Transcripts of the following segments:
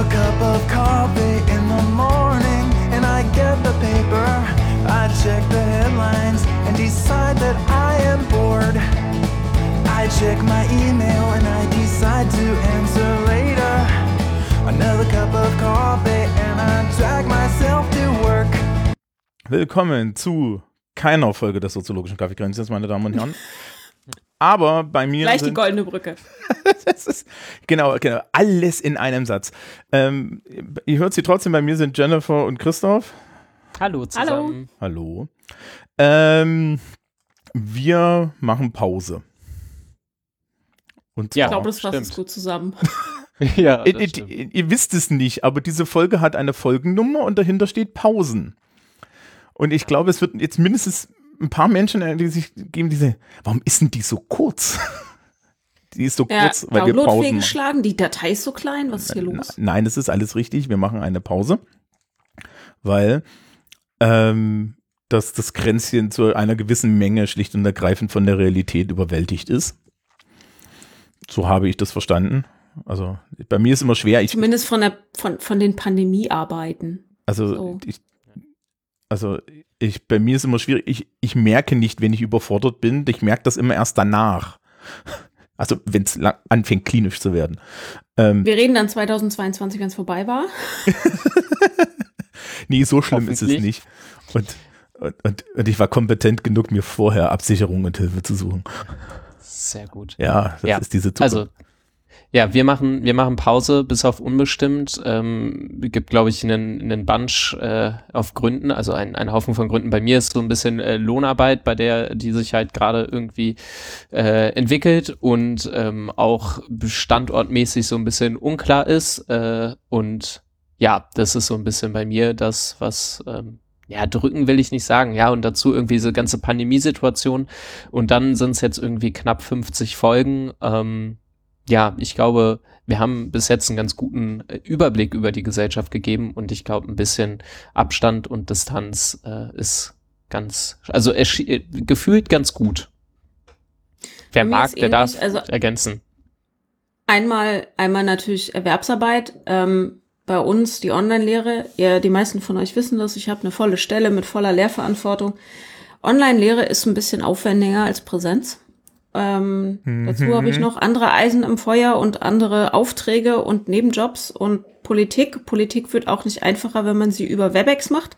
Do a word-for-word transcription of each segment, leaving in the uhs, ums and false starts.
A cup of coffee in the morning and I get the paper. I check the headlines and decide that I am bored. I check my email and I decide to answer later. Another cup of coffee and I drag myself to work. Willkommen zu keiner Folge des soziologischen Kaffeekränzchens, meine Damen und Herren. Aber bei mir Gleich sind, die goldene Brücke. Das ist genau, genau, alles in einem Satz. Ähm, ihr hört sie trotzdem, bei mir sind Jennifer und Christoph. Hallo zusammen. Hallo. Hallo. Ähm, wir machen Pause. Und Ich zwar, glaube, das fasst stimmt. es gut zusammen. Ja, ihr, das ihr, stimmt. ihr wisst es nicht, aber diese Folge hat eine Folgennummer und dahinter steht Pausen. Und ich glaube, es wird jetzt mindestens ein paar Menschen, die sich geben, diese, warum ist denn die so kurz? Die ist so Ja, kurz, weil wir Download Pausen machen. fehlgeschlagen, die Datei ist so klein, was ist hier los? Nein, das ist alles richtig. Wir machen eine Pause, weil ähm, dass das Kränzchen zu einer gewissen Menge schlicht und ergreifend von der Realität überwältigt ist. So habe ich das verstanden. Also bei mir ist immer schwer. Ich, Zumindest von, der, von, von den Pandemiearbeiten. also so. ich, also ich, bei mir ist immer schwierig. Ich, ich merke nicht, wenn ich überfordert bin. Ich merke das immer erst danach. Also wenn es anfängt, klinisch zu werden. Ähm, Wir reden dann zweitausendzweiundzwanzig, wenn es vorbei war. Nee, so schlimm ist es Hoffentlich. nicht. Und, und, und, und ich war kompetent genug, mir vorher Absicherung und Hilfe zu suchen. Sehr gut. Ja, das Ja, ist diese Zukunft. Also, ja, wir machen, wir machen Pause bis auf unbestimmt. Ähm, gibt, glaube ich, einen, einen Bunch äh, auf Gründen, also ein, ein Haufen von Gründen. Bei mir ist so ein bisschen äh, Lohnarbeit, bei der die sich halt gerade irgendwie äh, entwickelt und ähm, auch standortmäßig so ein bisschen unklar ist. Äh, und ja, das ist so ein bisschen bei mir das, was ähm, ja, drücken will ich nicht sagen, ja, und dazu irgendwie diese ganze Pandemiesituation und dann sind es jetzt irgendwie knapp fünfzig Folgen. Ähm, ja, ich glaube, wir haben bis jetzt einen ganz guten äh, Überblick über die Gesellschaft gegeben und ich glaube, ein bisschen Abstand und Distanz äh, ist ganz, also erschi- äh, gefühlt ganz gut. Wer Bei mir mag, ist der darf ähnlich, also- ergänzen. Einmal, einmal natürlich Erwerbsarbeit. Ähm, bei uns die Online-Lehre. Ja, die meisten von euch wissen das. Ich habe eine volle Stelle mit voller Lehrverantwortung. Online-Lehre ist ein bisschen aufwendiger als Präsenz. Ähm, Mhm. Dazu habe ich noch andere Eisen im Feuer und andere Aufträge und Nebenjobs und Politik. Politik wird auch nicht einfacher, wenn man sie über Webex macht.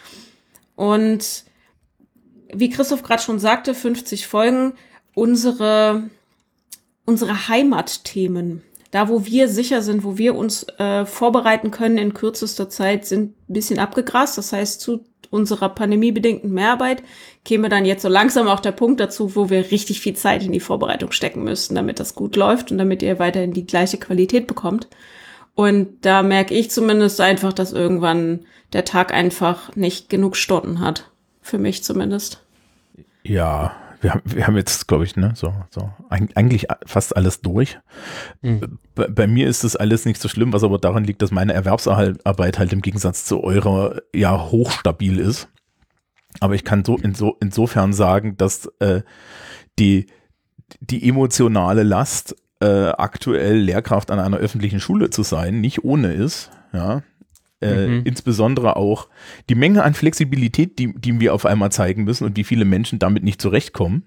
Und wie Christoph gerade schon sagte, fünfzig Folgen, unsere, unsere Heimatthemen, da wo wir sicher sind, wo wir uns äh, vorbereiten können in kürzester Zeit, sind ein bisschen abgegrast. Das heißt, zu unserer pandemiebedingten Mehrarbeit käme dann jetzt so langsam auch der Punkt dazu, wo wir richtig viel Zeit in die Vorbereitung stecken müssten, damit das gut läuft und damit ihr weiterhin die gleiche Qualität bekommt. Und da merke ich zumindest einfach, dass irgendwann der Tag einfach nicht genug Stunden hat. Für mich zumindest. Ja, wir haben, wir haben jetzt, glaube ich, ne, so, so eig- eigentlich fast alles durch. Mhm. Bei, bei mir ist das alles nicht so schlimm, was aber daran liegt, dass meine Erwerbsarbeit halt im Gegensatz zu eurer ja hochstabil ist. Aber ich kann so, inso, insofern sagen, dass äh, die, die emotionale Last, äh, aktuell Lehrkraft an einer öffentlichen Schule zu sein, nicht ohne ist, ja. Äh, Mhm. Insbesondere auch die Menge an Flexibilität, die, die wir auf einmal zeigen müssen und wie viele Menschen damit nicht zurechtkommen.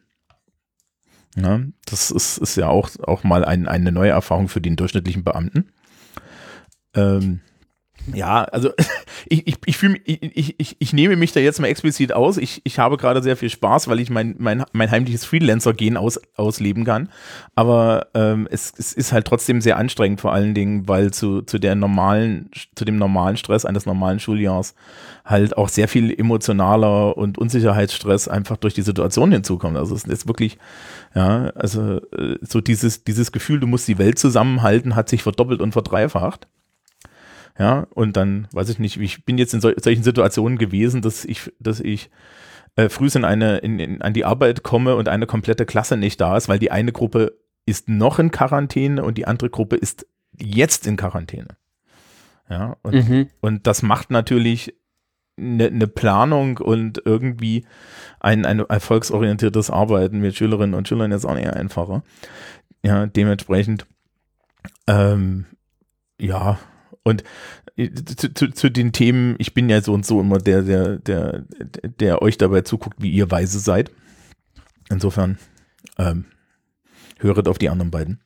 Ja, das ist, ist ja auch, auch mal ein, eine neue Erfahrung für den durchschnittlichen Beamten. Ähm, ja, also ich, ich, ich, fühl, mich- ich, ich, ich nehme mich da jetzt mal explizit aus. Ich, ich habe gerade sehr viel Spaß, weil ich mein, mein, mein heimliches Freelancer-Gen aus, ausleben kann. Aber ähm, es, es ist halt trotzdem sehr anstrengend, vor allen Dingen, weil zu, zu, der normalen, zu dem normalen Stress eines normalen Schuljahrs halt auch sehr viel emotionaler und Unsicherheitsstress einfach durch die Situation hinzukommt. Also es ist wirklich, ja, also äh, so dieses, dieses Gefühl, du musst die Welt zusammenhalten, hat sich verdoppelt und verdreifacht. Ja, und dann, weiß ich nicht, ich bin jetzt in sol- solchen Situationen gewesen, dass ich, dass ich äh, früh in eine, in, in, an die Arbeit komme und eine komplette Klasse nicht da ist, weil die eine Gruppe ist noch in Quarantäne und die andere Gruppe ist jetzt in Quarantäne. Ja, und, Mhm. und das macht natürlich eine, eine Planung und irgendwie ein, ein erfolgsorientiertes Arbeiten mit Schülerinnen und Schülern jetzt auch nicht einfacher. Ja, dementsprechend, ähm, ja, Und zu, zu, zu den Themen, ich bin ja so und so immer der, der, der, der euch dabei zuguckt, wie ihr weise seid. Insofern ähm, höret auf die anderen beiden.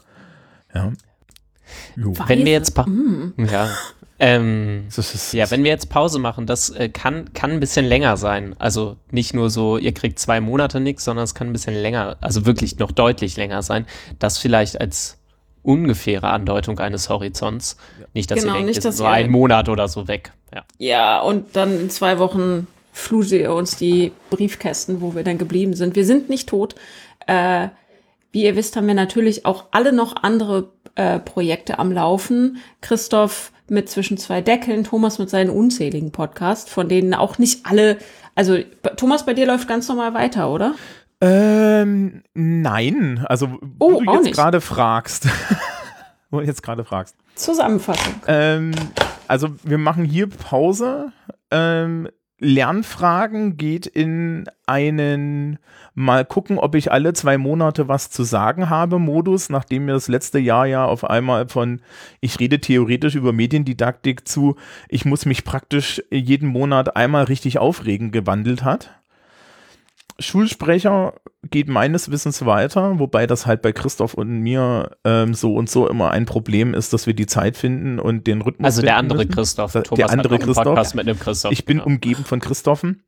Ja. Jo. Wenn wir jetzt pa- Mm. ja. Ähm, Das ist, ja, wenn wir jetzt Pause machen, das äh, kann, kann ein bisschen länger sein. Also nicht nur so, ihr kriegt zwei Monate nichts, sondern es kann ein bisschen länger, also wirklich noch deutlich länger sein. Das vielleicht als ungefähre Andeutung eines Horizonts. Nicht, dass Genau, ihr denkt, nicht, wir sind dass nur ihr- einen Monat oder so weg. Ja. Ja, und dann in zwei Wochen flutet ihr uns die Briefkästen, wo wir dann geblieben sind. Wir sind nicht tot. Äh, wie ihr wisst, haben wir natürlich auch alle noch andere äh, Projekte am Laufen. Christoph mit Zwischen zwei Deckeln, Thomas mit seinen unzähligen Podcasts, von denen auch nicht alle, also Thomas, bei dir läuft ganz normal weiter, oder? Ähm, nein. Also, Oh, wo du auch jetzt nicht. gerade fragst. wo du jetzt gerade fragst. Zusammenfassung. Ähm, also, wir machen hier Pause. Ähm, Lernfragen geht in einen mal gucken, ob ich alle zwei Monate was zu sagen habe Modus, nachdem mir das letzte Jahr ja auf einmal von ich rede theoretisch über Mediendidaktik zu ich muss mich praktisch jeden Monat einmal richtig aufregen gewandelt hat. Schulsprecher geht meines Wissens weiter, wobei das halt bei Christoph und mir ähm, so und so immer ein Problem ist, dass wir die Zeit finden und den Rhythmus Also der finden andere müssen. Christoph. Der Thomas andere hat noch einen Christoph. Podcast mit einem Christoph. Ich bin genau. umgeben von Christophen.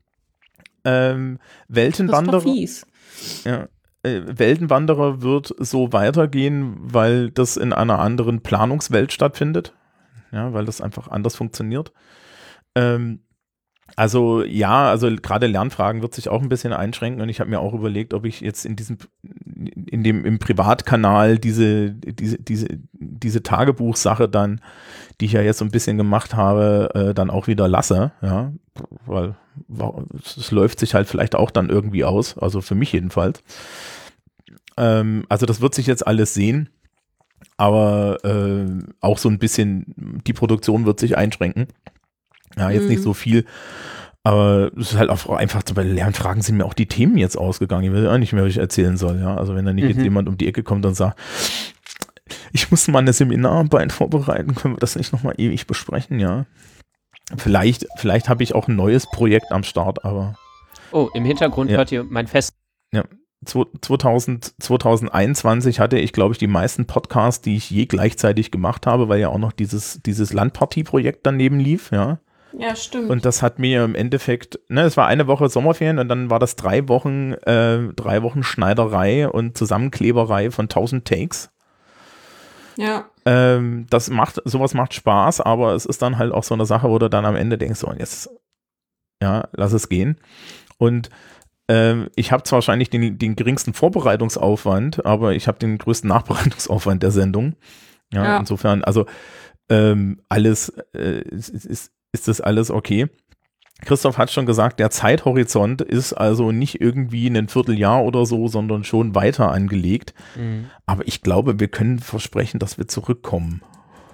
Ähm, Das ist doch Weltenwanderer, fies. ja, äh, Weltenwanderer wird so weitergehen, weil das in einer anderen Planungswelt stattfindet. Ja, weil das einfach anders funktioniert. Ähm, also ja, also gerade Lernfragen wird sich auch ein bisschen einschränken und ich habe mir auch überlegt, ob ich jetzt in diesem, in dem, im Privatkanal diese, diese, diese, diese Tagebuchsache dann, die ich ja jetzt so ein bisschen gemacht habe, äh, dann auch wieder lasse, ja, weil es läuft sich halt vielleicht auch dann irgendwie aus, also für mich jedenfalls. Ähm, also das wird sich jetzt alles sehen, aber äh, auch so ein bisschen, die Produktion wird sich einschränken. Ja, jetzt Mhm. nicht so viel, aber es ist halt auch einfach, so bei Lernfragen sind mir auch die Themen jetzt ausgegangen. Ich weiß auch nicht mehr, was ich erzählen soll, ja. Also wenn da nicht Mhm. jetzt jemand um die Ecke kommt und sagt, ich muss mal eine Seminararbeit vorbereiten, können wir das nicht nochmal ewig besprechen, ja. Vielleicht, vielleicht habe ich auch ein neues Projekt am Start, aber Oh, im Hintergrund Ja. hört ihr mein Fest. zweitausend, zweitausendeinundzwanzig hatte ich, glaube ich, die meisten Podcasts, die ich je gleichzeitig gemacht habe, weil ja auch noch dieses, dieses Landpartie-Projekt daneben lief, ja. Ja, stimmt. Und das hat mir im Endeffekt, ne, es war eine Woche Sommerferien und dann war das drei Wochen, äh, drei Wochen Schneiderei und Zusammenkleberei von tausend Takes. ja. Ähm, das macht, sowas macht Spaß, aber es ist dann halt auch so eine Sache, wo du dann am Ende denkst, so, und jetzt, ja, lass es gehen. Und ähm, ich habe zwar wahrscheinlich den, den geringsten Vorbereitungsaufwand, aber ich habe den größten Nachbereitungsaufwand der Sendung. Ja, Ja. insofern, also ähm, alles, äh, ist, ist, ist das alles okay. Christoph hat schon gesagt, der Zeithorizont ist also nicht irgendwie ein Vierteljahr oder so, sondern schon weiter angelegt. Mhm. Aber ich glaube, wir können versprechen, dass wir zurückkommen.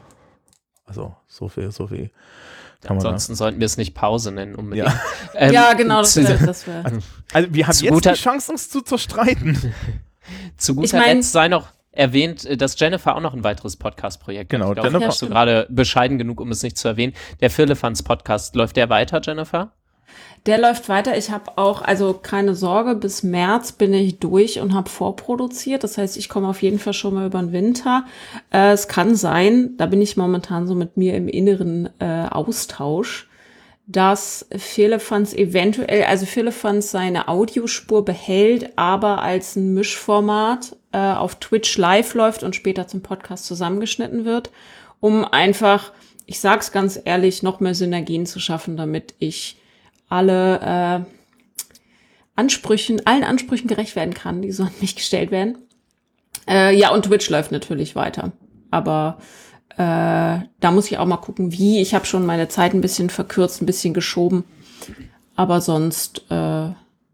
Also so viel, so viel kann man Ansonsten sollten wir es nicht Pause nennen unbedingt. Ja. Ähm, ja, genau, das zu, wäre das wär. da. Also wir haben Zu jetzt guter- die Chance, uns zu zerstreiten. zu Ich guter mein- Letzt sei noch erwähnt, dass Jennifer auch noch ein weiteres Podcast-Projekt Genau, hat. Ich glaube, Jennifer- bist du gerade bescheiden genug, um es nicht zu erwähnen. Der Firlefanz-Podcast, läuft der weiter, Jennifer? Der läuft weiter. Ich habe auch, also keine Sorge, bis März bin ich durch und habe vorproduziert. Das heißt, ich komme auf jeden Fall schon mal über den Winter. Äh, es kann sein, da bin ich momentan so mit mir im inneren äh, Austausch, dass Firlefanz eventuell, also Firlefanz seine Audiospur behält, aber als ein Mischformat äh, auf Twitch live läuft und später zum Podcast zusammengeschnitten wird, um einfach, ich sag's ganz ehrlich, noch mehr Synergien zu schaffen, damit ich alle äh, Ansprüchen, allen Ansprüchen gerecht werden kann, die so an mich gestellt werden. Äh, ja, und Twitch läuft natürlich weiter. Aber äh, da muss ich auch mal gucken, wie. Ich habe schon meine Zeit ein bisschen verkürzt, ein bisschen geschoben. Aber sonst, äh,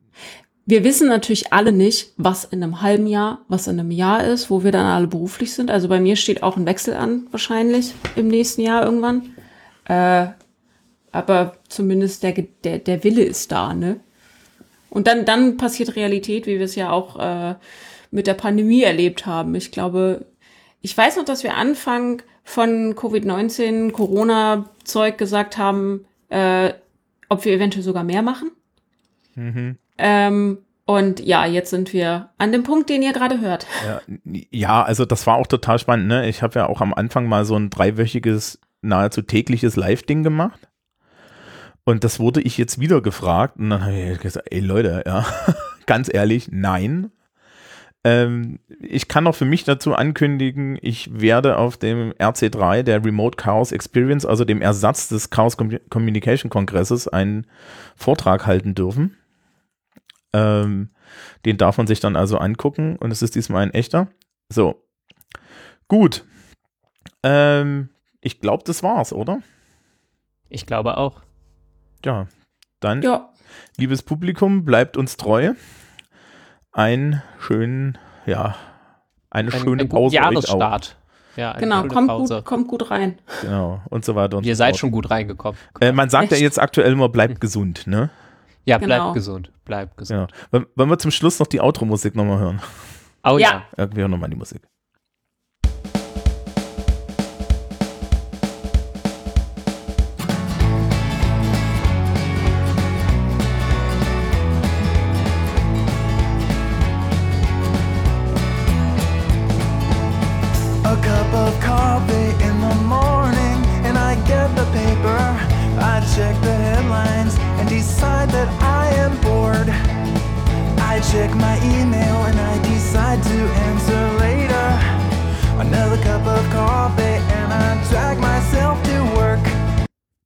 wir wissen natürlich alle nicht, was in einem halben Jahr, was in einem Jahr ist, wo wir dann alle beruflich sind. Also bei mir steht auch ein Wechsel an, wahrscheinlich im nächsten Jahr irgendwann. Äh, aber zumindest der, der, der Wille ist da, ne? Und dann, dann passiert Realität, wie wir es ja auch äh, mit der Pandemie erlebt haben. Ich glaube, ich weiß noch, dass wir Anfang von Covid neunzehn, Corona-Zeug gesagt haben, äh, ob wir eventuell sogar mehr machen. Mhm. Ähm, und ja, jetzt sind wir an dem Punkt, den ihr gerade hört. Ja, ja, also das war auch total spannend. Ne? Ich habe ja auch am Anfang mal so ein dreiwöchiges, nahezu tägliches Live-Ding gemacht. Und das wurde ich jetzt wieder gefragt. Und dann habe ich gesagt, ey Leute, ja, ganz ehrlich, nein. Ähm, ich kann noch für mich dazu ankündigen, ich werde auf dem R C drei, der Remote Chaos Experience, also dem Ersatz des Chaos Communication Kongresses, einen Vortrag halten dürfen. Ähm, den darf man sich dann also angucken und es ist diesmal ein echter. So, gut. Ähm, ich glaube, das war's, oder? Ich glaube auch. Ja, dann, Ja. liebes Publikum, bleibt uns treu. Einen schönen, ja, eine Ein, schöne ein Pause. euch auch. Jahresstart. Ja, eine Genau, schöne kommt Pause. gut, kommt gut rein. Genau, und so weiter und Ihr so seid fort. schon gut reingekommen. Äh, man sagt ja Echt? jetzt aktuell immer, bleibt gesund, ne? Ja, bleibt Genau. gesund. Bleibt gesund. Genau. Wollen wollen wir zum Schluss noch die Outro-Musik nochmal hören? Oh ja. Ja. Ja, wir hören nochmal die Musik.